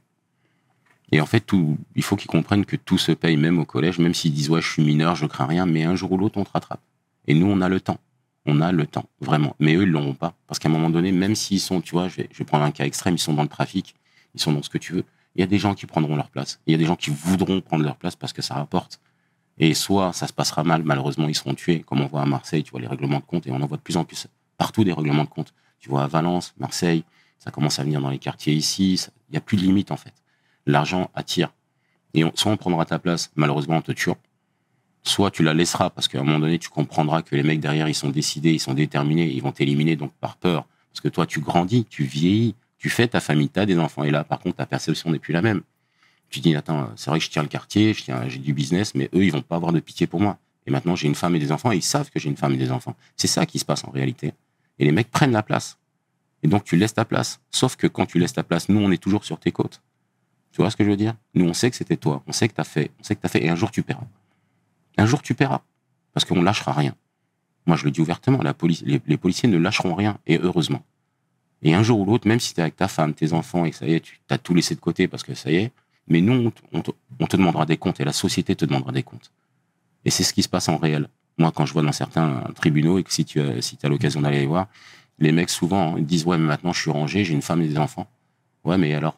[SPEAKER 3] Et en fait, tout, il faut qu'ils comprennent que tout se paye, même au collège, même s'ils disent ouais, je suis mineur, je crains rien, mais un jour ou l'autre, on te rattrape. Et nous, on a le temps. On a le temps, vraiment. Mais eux, ils l'auront pas. Parce qu'à un moment donné, même s'ils sont, tu vois, je vais, je vais prendre un cas extrême, ils sont dans le trafic, ils sont dans ce que tu veux. Il y a des gens qui prendront leur place. Il y a des gens qui voudront prendre leur place parce que ça rapporte. Et soit ça se passera mal, malheureusement, ils seront tués. Comme on voit à Marseille, tu vois, les règlements de compte, et on en voit de plus en plus partout des règlements de compte. Tu vois, à Valence, Marseille, ça commence à venir dans les quartiers ici. Ça, il n'y a plus de limite, en fait. L'argent attire. Et on, soit on prendra ta place, malheureusement, on te tuera. Soit tu la laisseras parce qu'à un moment donné, tu comprendras que les mecs derrière, ils sont décidés, ils sont déterminés, ils vont t'éliminer donc par peur. Parce que toi, tu grandis, tu vieillis, tu fais ta famille, t'as des enfants. Et là, par contre, ta perception n'est plus la même. Tu dis, attends, c'est vrai que je tiens le quartier, je tiens, j'ai du business, mais eux, ils vont pas avoir de pitié pour moi. Et maintenant, j'ai une femme et des enfants et ils savent que j'ai une femme et des enfants. C'est ça qui se passe en réalité. Et les mecs prennent la place. Et donc, tu laisses ta place. Sauf que quand tu laisses ta place, nous, on est toujours sur tes côtes. Tu vois ce que je veux dire? Nous, on sait que c'était toi. On sait que t'as fait. On sait que t'as fait. Et un jour, tu paieras. Un jour, tu paieras. Parce qu'on lâchera rien. Moi, je le dis ouvertement, la police, les, les policiers ne lâcheront rien, et heureusement. Et un jour ou l'autre, même si t'es avec ta femme, tes enfants, et que ça y est, tu as tout laissé de côté parce que ça y est, mais nous, on te, on te demandera des comptes, et la société te demandera des comptes. Et c'est ce qui se passe en réel. Moi, quand je vois dans certains tribunaux, et que si tu as, si tu as l'occasion d'aller les voir, les mecs, souvent, ils disent, ouais, mais maintenant, je suis rangé, j'ai une femme et des enfants. Ouais, mais alors?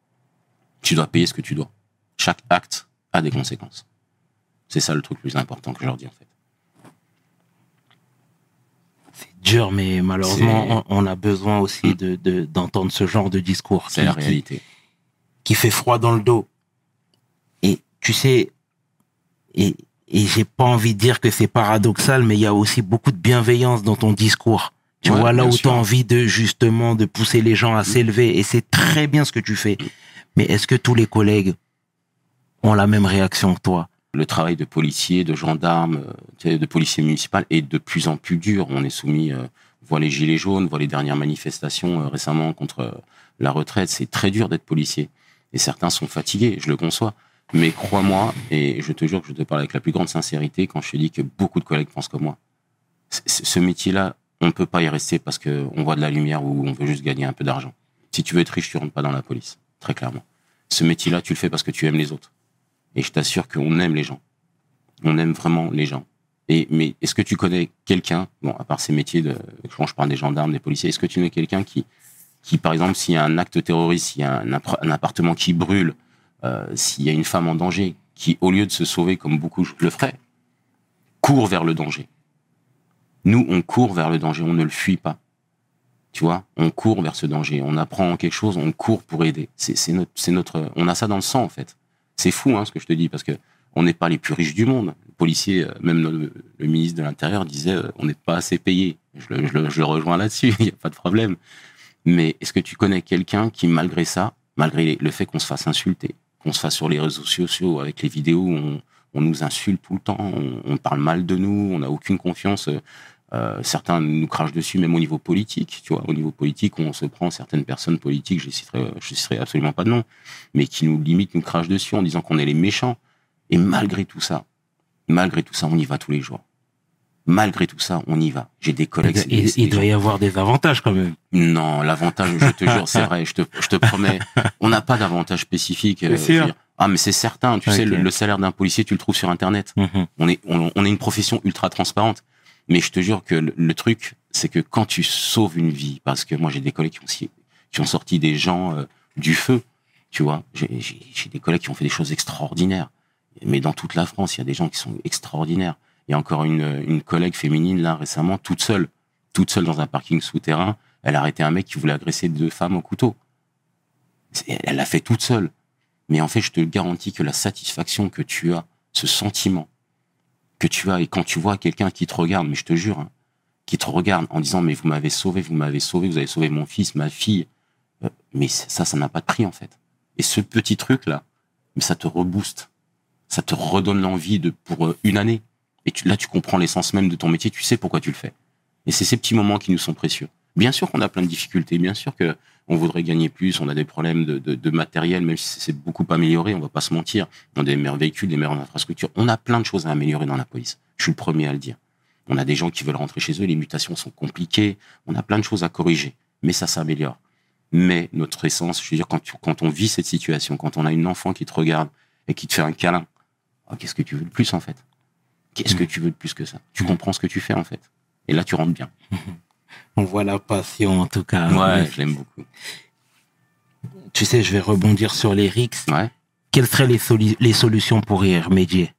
[SPEAKER 3] Tu dois payer ce que tu dois. Chaque acte a des conséquences. C'est ça le truc le plus important que je leur dis, en fait.
[SPEAKER 1] C'est dur, mais malheureusement, on, on a besoin aussi de, de, d'entendre ce genre de discours.
[SPEAKER 3] C'est qui, la réalité.
[SPEAKER 1] Qui, qui fait froid dans le dos. Et tu sais, et, et j'ai pas envie de dire que c'est paradoxal, mais il y a aussi beaucoup de bienveillance dans ton discours. Tu ouais, vois, là où tu as envie de, justement, de pousser les gens à mmh. s'élever. Et c'est très bien ce que tu fais. Mmh. Mais est-ce que tous les collègues ont la même réaction que toi?
[SPEAKER 3] Le travail de policier, de gendarme, de policier municipal est de plus en plus dur. On est soumis, euh, on voit les gilets jaunes, on voit les dernières manifestations euh, récemment contre euh, la retraite. C'est très dur d'être policier. Et certains sont fatigués, je le conçois. Mais crois-moi, et je te jure que je te parle avec la plus grande sincérité quand je te dis que beaucoup de collègues pensent comme moi. C- ce métier-là, on ne peut pas y rester parce qu'on voit de la lumière ou on veut juste gagner un peu d'argent. Si tu veux être riche, tu rentres pas dans la police, très clairement. Ce métier-là, tu le fais parce que tu aimes les autres. Et je t'assure qu'on aime les gens. On aime vraiment les gens. Et, mais est-ce que tu connais quelqu'un, bon, à part ces métiers de, quand je parle des gendarmes, des policiers, est-ce que tu connais quelqu'un qui, qui, par exemple, s'il y a un acte terroriste, s'il y a un, un appartement qui brûle, euh, s'il y a une femme en danger, qui, au lieu de se sauver comme beaucoup le feraient, court vers le danger. Nous, on court vers le danger, on ne le fuit pas. Tu vois, on court vers ce danger. On apprend quelque chose, on court pour aider. C'est, c'est notre, c'est notre, on a ça dans le sang, en fait. C'est fou, hein, ce que je te dis, parce que on n'est pas les plus riches du monde. Le policier, même le, le ministre de l'Intérieur disait, euh, on n'est pas assez payé. Je le, je le, je le rejoins là-dessus, il n'y a pas de problème. Mais est-ce que tu connais quelqu'un qui, malgré ça, malgré le fait qu'on se fasse insulter, qu'on se fasse sur les réseaux sociaux avec les vidéos où on, on nous insulte tout le temps, on, on parle mal de nous, on n'a aucune confiance. Euh, certains nous crachent dessus, même au niveau politique. Tu vois, au niveau politique, on se prend certaines personnes politiques, je ne citerai, je citerai absolument pas de nom, mais qui nous limite, nous crachent dessus en disant qu'on est les méchants. Et malgré tout ça, malgré tout ça, on y va tous les jours. Malgré tout ça, on y va. J'ai des collègues.
[SPEAKER 1] Il, il, il doit y avoir des avantages quand même.
[SPEAKER 3] Non, l'avantage, je te jure, c'est vrai. Je te, je te promets, on n'a pas d'avantage spécifique.
[SPEAKER 1] C'est sûr.
[SPEAKER 3] Dire, ah, mais c'est certain. Tu okay. sais, le, le salaire d'un policier, tu le trouves sur Internet. Mm-hmm. On est, on, on est une profession ultra transparente. Mais je te jure que le, le truc, c'est que quand tu sauves une vie, parce que moi j'ai des collègues qui ont, qui ont sorti des gens euh, du feu, tu vois. J'ai, j'ai, j'ai des collègues qui ont fait des choses extraordinaires. Mais dans toute la France, il y a des gens qui sont extraordinaires. Il y a encore une, une collègue féminine, là, récemment, toute seule, toute seule dans un parking souterrain. Elle a arrêté un mec qui voulait agresser deux femmes au couteau. C'est, elle l'a fait toute seule. Mais en fait, je te garantis que la satisfaction que tu as, ce sentiment que tu as, et quand tu vois quelqu'un qui te regarde, mais je te jure, hein, qui te regarde en disant, mais vous m'avez sauvé, vous m'avez sauvé, vous avez sauvé mon fils, ma fille. Euh, mais ça, ça n'a pas de prix, en fait. Et ce petit truc-là, mais ça te rebooste. Ça te redonne l'envie de, pour une année. Et tu, là, tu comprends l'essence même de ton métier, tu sais pourquoi tu le fais. Et c'est ces petits moments qui nous sont précieux. Bien sûr qu'on a plein de difficultés, bien sûr que on voudrait gagner plus, on a des problèmes de, de, de matériel, même si c'est beaucoup amélioré, on va pas se mentir. On a des meilleurs véhicules, des meilleures infrastructures. On a plein de choses à améliorer dans la police. Je suis le premier à le dire. On a des gens qui veulent rentrer chez eux, les mutations sont compliquées, on a plein de choses à corriger. Mais ça s'améliore. Mais notre essence, je veux dire, quand, tu, quand on vit cette situation, quand on a une enfant qui te regarde et qui te fait un câlin, oh, qu'est-ce que tu veux de plus, en fait? Qu'est-ce que tu veux de plus que ça? Tu comprends ce que tu fais, en fait. Et là, tu rentres bien.
[SPEAKER 1] On voit la passion, en tout cas.
[SPEAKER 3] Ouais, mais je l'aime beaucoup.
[SPEAKER 1] Tu sais, je vais rebondir sur les R I X.
[SPEAKER 3] Ouais.
[SPEAKER 1] Quelles seraient les, soli- les solutions pour y remédier?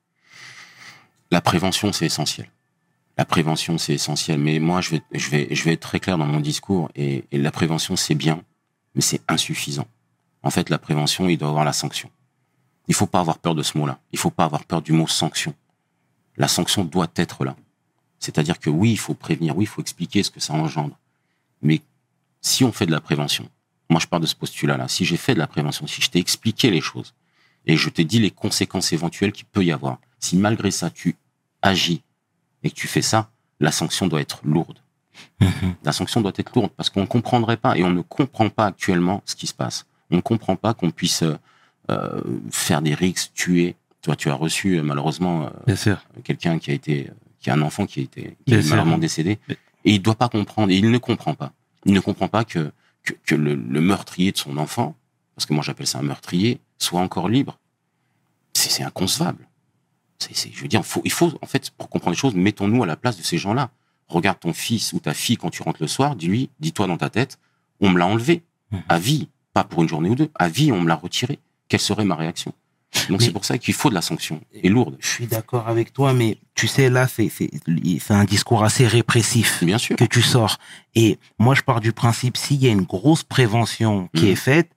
[SPEAKER 3] La prévention, c'est essentiel. La prévention, c'est essentiel. Mais moi, je vais, je vais, je vais être très clair dans mon discours. Et, et la prévention, c'est bien, mais c'est insuffisant. En fait, la prévention, il doit avoir la sanction. Il faut pas avoir peur de ce mot-là. Il faut pas avoir peur du mot sanction. La sanction doit être là. C'est-à-dire que oui, il faut prévenir, oui, il faut expliquer ce que ça engendre. Mais si on fait de la prévention, moi je pars de ce postulat-là, si j'ai fait de la prévention, si je t'ai expliqué les choses, et je t'ai dit les conséquences éventuelles qu'il peut y avoir, si malgré ça tu agis et que tu fais ça, la sanction doit être lourde. Mmh. La sanction doit être lourde parce qu'on ne comprendrait pas, et on ne comprend pas actuellement ce qui se passe. On ne comprend pas qu'on puisse euh, faire des R I X, tuer. Toi, tu as reçu malheureusement euh, quelqu'un qui a été, qui a un enfant qui a été qui est malheureusement décédé, et il doit pas comprendre, et il ne comprend pas. Il ne comprend pas que que, que le, le meurtrier de son enfant, parce que moi j'appelle ça un meurtrier, soit encore libre. C'est, c'est inconcevable. C'est, c'est, je veux dire, faut, il faut en fait pour comprendre les choses, mettons-nous à la place de ces gens-là. Regarde ton fils ou ta fille quand tu rentres le soir, dis-lui, dis-toi dans ta tête, on me l'a enlevé à vie, pas pour une journée ou deux, à vie on me l'a retiré. Quelle serait ma réaction? Donc mais, c'est pour ça qu'il faut de la sanction, et lourde.
[SPEAKER 1] Je suis d'accord avec toi, mais tu sais, là, c'est, c'est, c'est un discours assez répressif.
[SPEAKER 3] Bien sûr.
[SPEAKER 1] Que tu sors. Et moi, je pars du principe, s'il y a une grosse prévention qui mmh. est faite,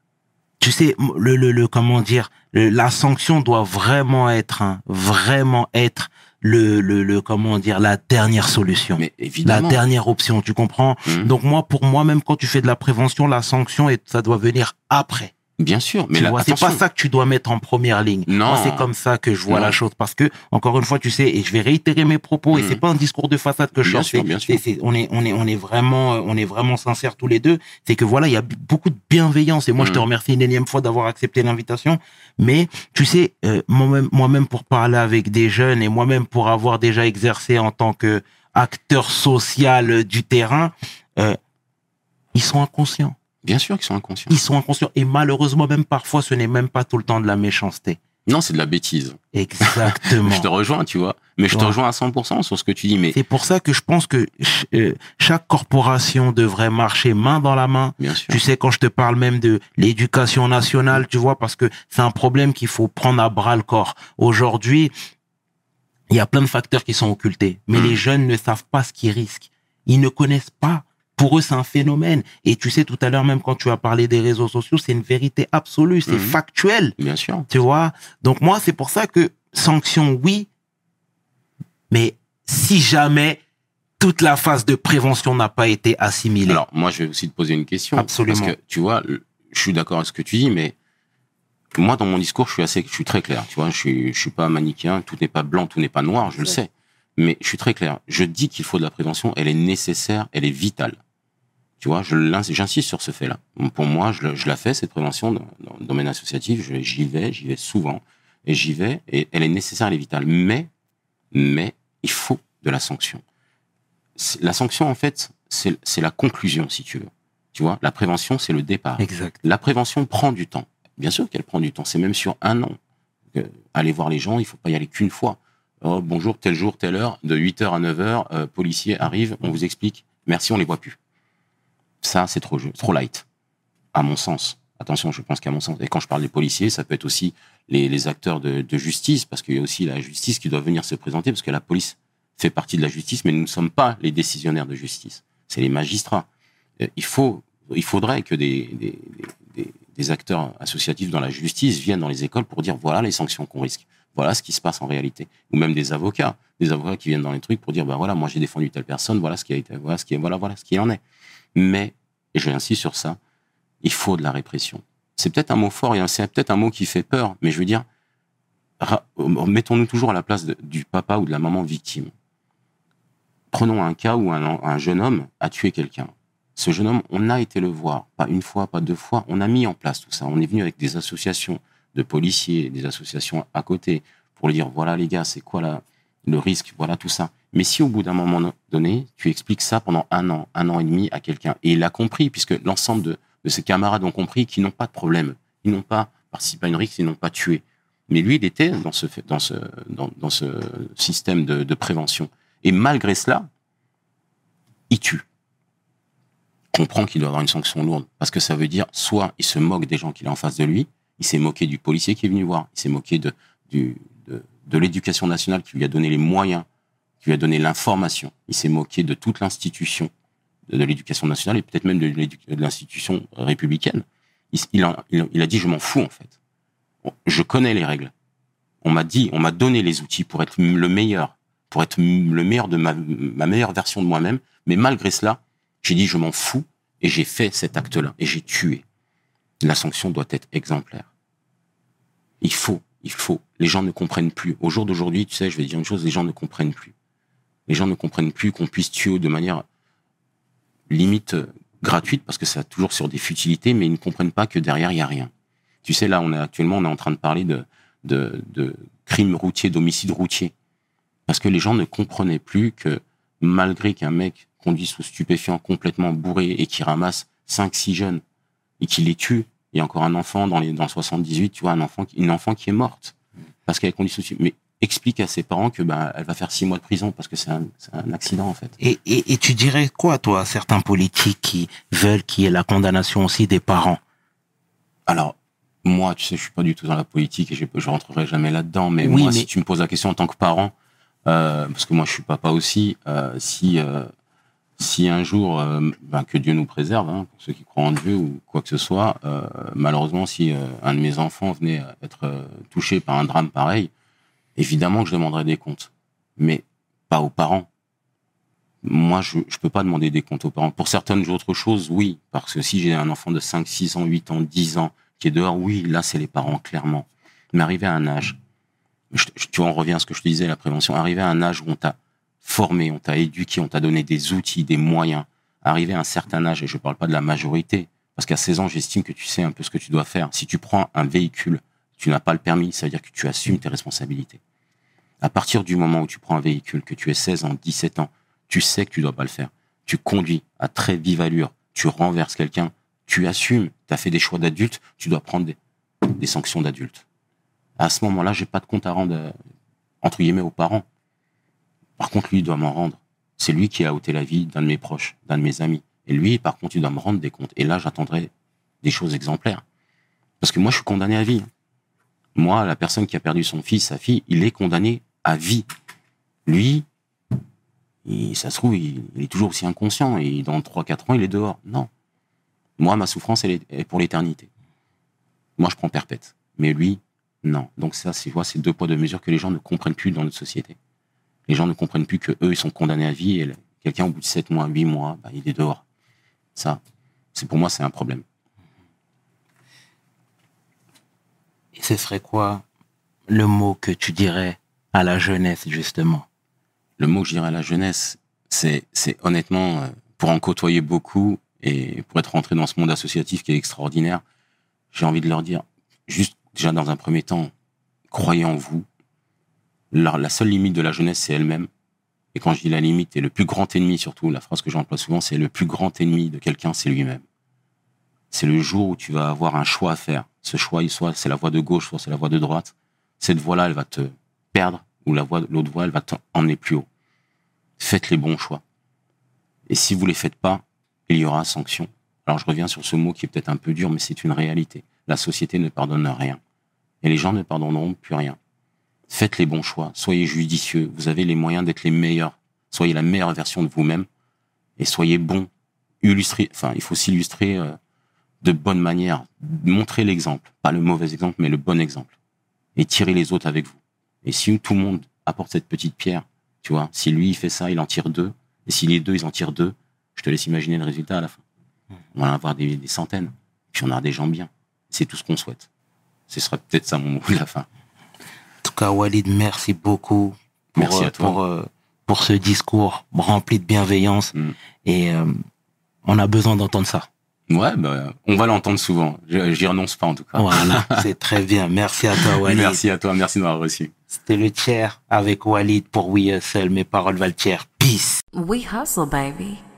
[SPEAKER 1] tu sais, le, le, le comment dire, le, la sanction doit vraiment être, hein, vraiment être le, le, le, comment dire, la dernière solution.
[SPEAKER 3] Mais évidemment.
[SPEAKER 1] La dernière option, tu comprends? Mmh. Donc moi, pour moi, même quand tu fais de la prévention, la sanction, ça doit venir après.
[SPEAKER 3] Bien sûr, mais
[SPEAKER 1] tu
[SPEAKER 3] là,
[SPEAKER 1] vois, c'est pas ça que tu dois mettre en première ligne.
[SPEAKER 3] Non.
[SPEAKER 1] Moi, c'est comme ça que je vois
[SPEAKER 3] non.
[SPEAKER 1] la chose, parce que encore une fois, tu sais, et je vais réitérer mes propos, mmh. et c'est pas un discours de façade que je
[SPEAKER 3] bien
[SPEAKER 1] sors.
[SPEAKER 3] Sûr,
[SPEAKER 1] c'est,
[SPEAKER 3] bien sûr.
[SPEAKER 1] C'est, c'est, on est, on est, on est vraiment, on est vraiment sincères tous les deux. C'est que voilà, il y a beaucoup de bienveillance, et moi, mmh. je te remercie une énième fois d'avoir accepté l'invitation. Mais tu sais, euh, moi-même, moi-même pour parler avec des jeunes, et moi-même pour avoir déjà exercé en tant que acteur social du terrain, euh, ils sont inconscients.
[SPEAKER 3] Bien sûr qu'ils sont inconscients.
[SPEAKER 1] Ils sont inconscients. Et malheureusement, même parfois, ce n'est même pas tout le temps de la méchanceté.
[SPEAKER 3] Non, c'est de la bêtise.
[SPEAKER 1] Exactement.
[SPEAKER 3] Je te rejoins, tu vois. Mais je ouais. te rejoins à cent pour cent sur ce que tu dis. Mais
[SPEAKER 1] c'est pour ça que je pense que euh, chaque corporation devrait marcher main dans la main.
[SPEAKER 3] Bien sûr.
[SPEAKER 1] Tu sais, quand je te parle même de l'éducation nationale, tu vois, parce que c'est un problème qu'il faut prendre à bras le corps. Aujourd'hui, il y a plein de facteurs qui sont occultés. Mais mmh. les jeunes ne savent pas ce qu'ils risquent. Ils ne connaissent pas. Pour eux, c'est un phénomène. Et tu sais, tout à l'heure, même quand tu as parlé des réseaux sociaux, c'est une vérité absolue, c'est mmh. factuel.
[SPEAKER 3] Bien sûr.
[SPEAKER 1] Tu vois? Donc moi, c'est pour ça que sanction, oui, mais si jamais toute la phase de prévention n'a pas été assimilée.
[SPEAKER 3] Alors, moi, je vais aussi te poser une question.
[SPEAKER 1] Absolument.
[SPEAKER 3] Parce que, tu vois, je suis d'accord avec ce que tu dis, mais moi, dans mon discours, je suis assez, je suis très clair. Tu vois, je suis, je suis pas manichéen, tout n'est pas blanc, tout n'est pas noir, je ouais. le sais. Mais je suis très clair. Je dis qu'il faut de la prévention, elle est nécessaire, elle est vitale. Tu vois, je j'insiste sur ce fait-là. Pour moi, je, je la fais, cette prévention, dans, dans le domaine associatif, je, j'y vais, j'y vais souvent, et j'y vais, et elle est nécessaire, elle est vitale. Mais, mais, il faut de la sanction. C'est, la sanction, en fait, c'est, c'est la conclusion, si tu veux. Tu vois, la prévention, c'est le départ.
[SPEAKER 1] Exact.
[SPEAKER 3] La prévention prend du temps. Bien sûr qu'elle prend du temps. C'est même sur un an. Euh, aller voir les gens, il faut pas y aller qu'une fois. Oh, bonjour, tel jour, telle heure, de huit heures à neuf heures, euh, policier arrive, on vous explique. Merci, on les voit plus. Ça, c'est trop, trop light, à mon sens. Attention, je pense qu'à mon sens. Et quand je parle des policiers, ça peut être aussi les, les acteurs de, de justice, parce qu'il y a aussi la justice qui doit venir se présenter, parce que la police fait partie de la justice, mais nous ne sommes pas les décisionnaires de justice. C'est les magistrats. Il faut, il faudrait que des, des, des, des acteurs associatifs dans la justice viennent dans les écoles pour dire voilà les sanctions qu'on risque, voilà ce qui se passe en réalité. Ou même des avocats, des avocats qui viennent dans les trucs pour dire bah voilà, moi j'ai défendu telle personne, voilà ce qui a été, voilà ce qui est, voilà, voilà ce qu'il en est. Mais, et je insiste sur ça, il faut de la répression. C'est peut-être un mot fort et c'est peut-être un mot qui fait peur, mais je veux dire, ra- mettons-nous toujours à la place de, du papa ou de la maman victime. Prenons un cas où un, un jeune homme a tué quelqu'un. Ce jeune homme, on a été le voir, pas une fois, pas deux fois, on a mis en place tout ça. On est venu avec des associations de policiers, des associations à côté, pour lui dire, voilà les gars, c'est quoi la, le risque, voilà tout ça. Mais si au bout d'un moment donné, tu expliques ça pendant un an, un an et demi à quelqu'un, et il a compris, puisque l'ensemble de, de ses camarades ont compris qu'ils n'ont pas de problème, ils n'ont pas participé à une risque, ils n'ont pas tué. Mais lui, il était dans ce, dans ce, dans, dans ce système de, de prévention. Et malgré cela, il tue. Comprend qu'il doit avoir une sanction lourde, parce que ça veut dire, soit il se moque des gens qu'il a en face de lui, il s'est moqué du policier qui est venu voir, il s'est moqué de, du, de, de l'éducation nationale qui lui a donné les moyens, qui lui a donné l'information, il s'est moqué de toute l'institution de, de l'éducation nationale et peut-être même de, de l'institution républicaine. Il, il, a, il, il a dit, je m'en fous en fait. Je connais les règles. On m'a dit, on m'a donné les outils pour être le meilleur, pour être le meilleur de ma, ma meilleure version de moi-même, mais malgré cela, j'ai dit, je m'en fous, et j'ai fait cet acte-là, et j'ai tué. La sanction doit être exemplaire. Il faut, il faut. Les gens ne comprennent plus. Au jour d'aujourd'hui, tu sais, je vais dire une chose, les gens ne comprennent plus. Les gens ne comprennent plus qu'on puisse tuer de manière limite gratuite, parce que c'est toujours sur des futilités, mais ils ne comprennent pas que derrière, il n'y a rien. Tu sais, là, on est actuellement, on est en train de parler de, de, de crimes routiers, d'homicides routiers. Parce que les gens ne comprenaient plus que, malgré qu'un mec conduit sous stupéfiant, complètement bourré, et qui ramasse cinq six jeunes, et qui les tue, il y a encore un enfant dans les, dans soixante-dix-huit, tu vois, un enfant, une enfant qui est morte. Parce qu'elle conduit sous stupéfiant. Mais explique à ses parents que, ben, elle va faire six mois de prison, parce que c'est un, c'est un accident, en fait.
[SPEAKER 1] Et, et, et tu dirais quoi, toi, à certains politiques qui veulent qu'il y ait la condamnation aussi des parents?
[SPEAKER 3] Alors, moi, tu sais, je suis pas du tout dans la politique et je, je rentrerai jamais là-dedans, mais
[SPEAKER 1] Oui,
[SPEAKER 3] moi,
[SPEAKER 1] mais...
[SPEAKER 3] si tu me poses la question en tant que parent, euh, parce que moi, je suis papa aussi, euh, si, euh, si un jour, euh, ben, que Dieu nous préserve, hein, pour ceux qui croient en Dieu ou quoi que ce soit, euh, malheureusement, si euh, un de mes enfants venait être euh, touché par un drame pareil, évidemment que je demanderais des comptes, mais pas aux parents. Moi, je je peux pas demander des comptes aux parents. Pour certaines autres choses, oui, parce que si j'ai un enfant de cinq, six ans, huit ans, dix ans, qui est dehors, oui, là, c'est les parents, clairement. Mais arrivé à un âge, je, je, tu vois, on revient à ce que je te disais, la prévention, arrivé à un âge où on t'a formé, on t'a éduqué, on t'a donné des outils, des moyens, arrivé à un certain âge, et je parle pas de la majorité, parce qu'à seize ans, j'estime que tu sais un peu ce que tu dois faire. Si tu prends un véhicule, tu n'as pas le permis, ça veut dire que tu assumes tes responsabilités. À partir du moment où tu prends un véhicule, que tu es seize ans, dix-sept ans, tu sais que tu dois pas le faire. Tu conduis à très vive allure, tu renverses quelqu'un, tu assumes, tu as fait des choix d'adulte, tu dois prendre des, des sanctions d'adulte. À ce moment-là, j'ai pas de compte à rendre, entre guillemets, aux parents. Par contre, lui, il doit m'en rendre. C'est lui qui a ôté la vie d'un de mes proches, d'un de mes amis. Et lui, par contre, il doit me rendre des comptes. Et là, j'attendrai des choses exemplaires. Parce que moi, je suis condamné à vie. Moi, la personne qui a perdu son fils, sa fille, il est condamné à vie. Lui, il, ça se trouve, il, il est toujours aussi inconscient. Et dans trois quatre ans, il est dehors. Non. Moi, ma souffrance, elle est, elle est pour l'éternité. Moi, je prends perpète. Mais lui, non. Donc ça, c'est, c'est deux poids, deux mesures que les gens ne comprennent plus dans notre société. Les gens ne comprennent plus que eux, ils sont condamnés à vie et quelqu'un, au bout de sept mois, huit mois, bah, il est dehors. Ça, c'est, pour moi, c'est un problème.
[SPEAKER 1] Et ce serait quoi le mot que tu dirais à la jeunesse, justement?
[SPEAKER 3] Le mot que je dirais à la jeunesse, c'est, c'est honnêtement, pour en côtoyer beaucoup et pour être rentré dans ce monde associatif qui est extraordinaire, j'ai envie de leur dire, juste déjà dans un premier temps, croyez en vous. La, la seule limite de la jeunesse, c'est elle-même. Et quand je dis la limite, et le plus grand ennemi surtout, la phrase que j'emploie souvent, c'est le plus grand ennemi de quelqu'un, c'est lui-même. C'est le jour où tu vas avoir un choix à faire. Ce choix, soit c'est la voie de gauche, soit c'est la voie de droite. Cette voie-là, elle va te perdre, ou la voie, l'autre voie, elle va t'emmener plus haut. Faites les bons choix. Et si vous les faites pas, il y aura sanction. Alors je reviens sur ce mot qui est peut-être un peu dur, mais c'est une réalité. La société ne pardonne rien. Et les gens ne pardonneront plus rien. Faites les bons choix. Soyez judicieux. Vous avez les moyens d'être les meilleurs. Soyez la meilleure version de vous-même. Et soyez bon. Illustrez, enfin, il faut s'illustrer euh, de bonne manière. Montrez l'exemple. Pas le mauvais exemple, mais le bon exemple. Et tirez les autres avec vous. Et si tout le monde apporte cette petite pierre, tu vois, si lui, il fait ça, il en tire deux. Et si les deux, ils en tirent deux, je te laisse imaginer le résultat à la fin. On va en avoir des, des centaines. Puis on aura des gens bien. C'est tout ce qu'on souhaite. Ce sera peut-être ça mon mot de la fin.
[SPEAKER 1] En tout cas, Walid, merci beaucoup pour,
[SPEAKER 3] merci à toi.
[SPEAKER 1] pour, euh, pour ce discours rempli de bienveillance. Mm. Et euh, on a besoin d'entendre ça.
[SPEAKER 3] Ouais, bah, on va l'entendre souvent. J'y renonce pas en tout cas.
[SPEAKER 1] Voilà, c'est très bien. Merci à toi, Walid.
[SPEAKER 3] Merci à toi, merci de m'avoir reçu.
[SPEAKER 1] C'était le tiers avec Walid pour We Hustle. Mes paroles valent tiers. Peace.
[SPEAKER 2] We hustle, baby.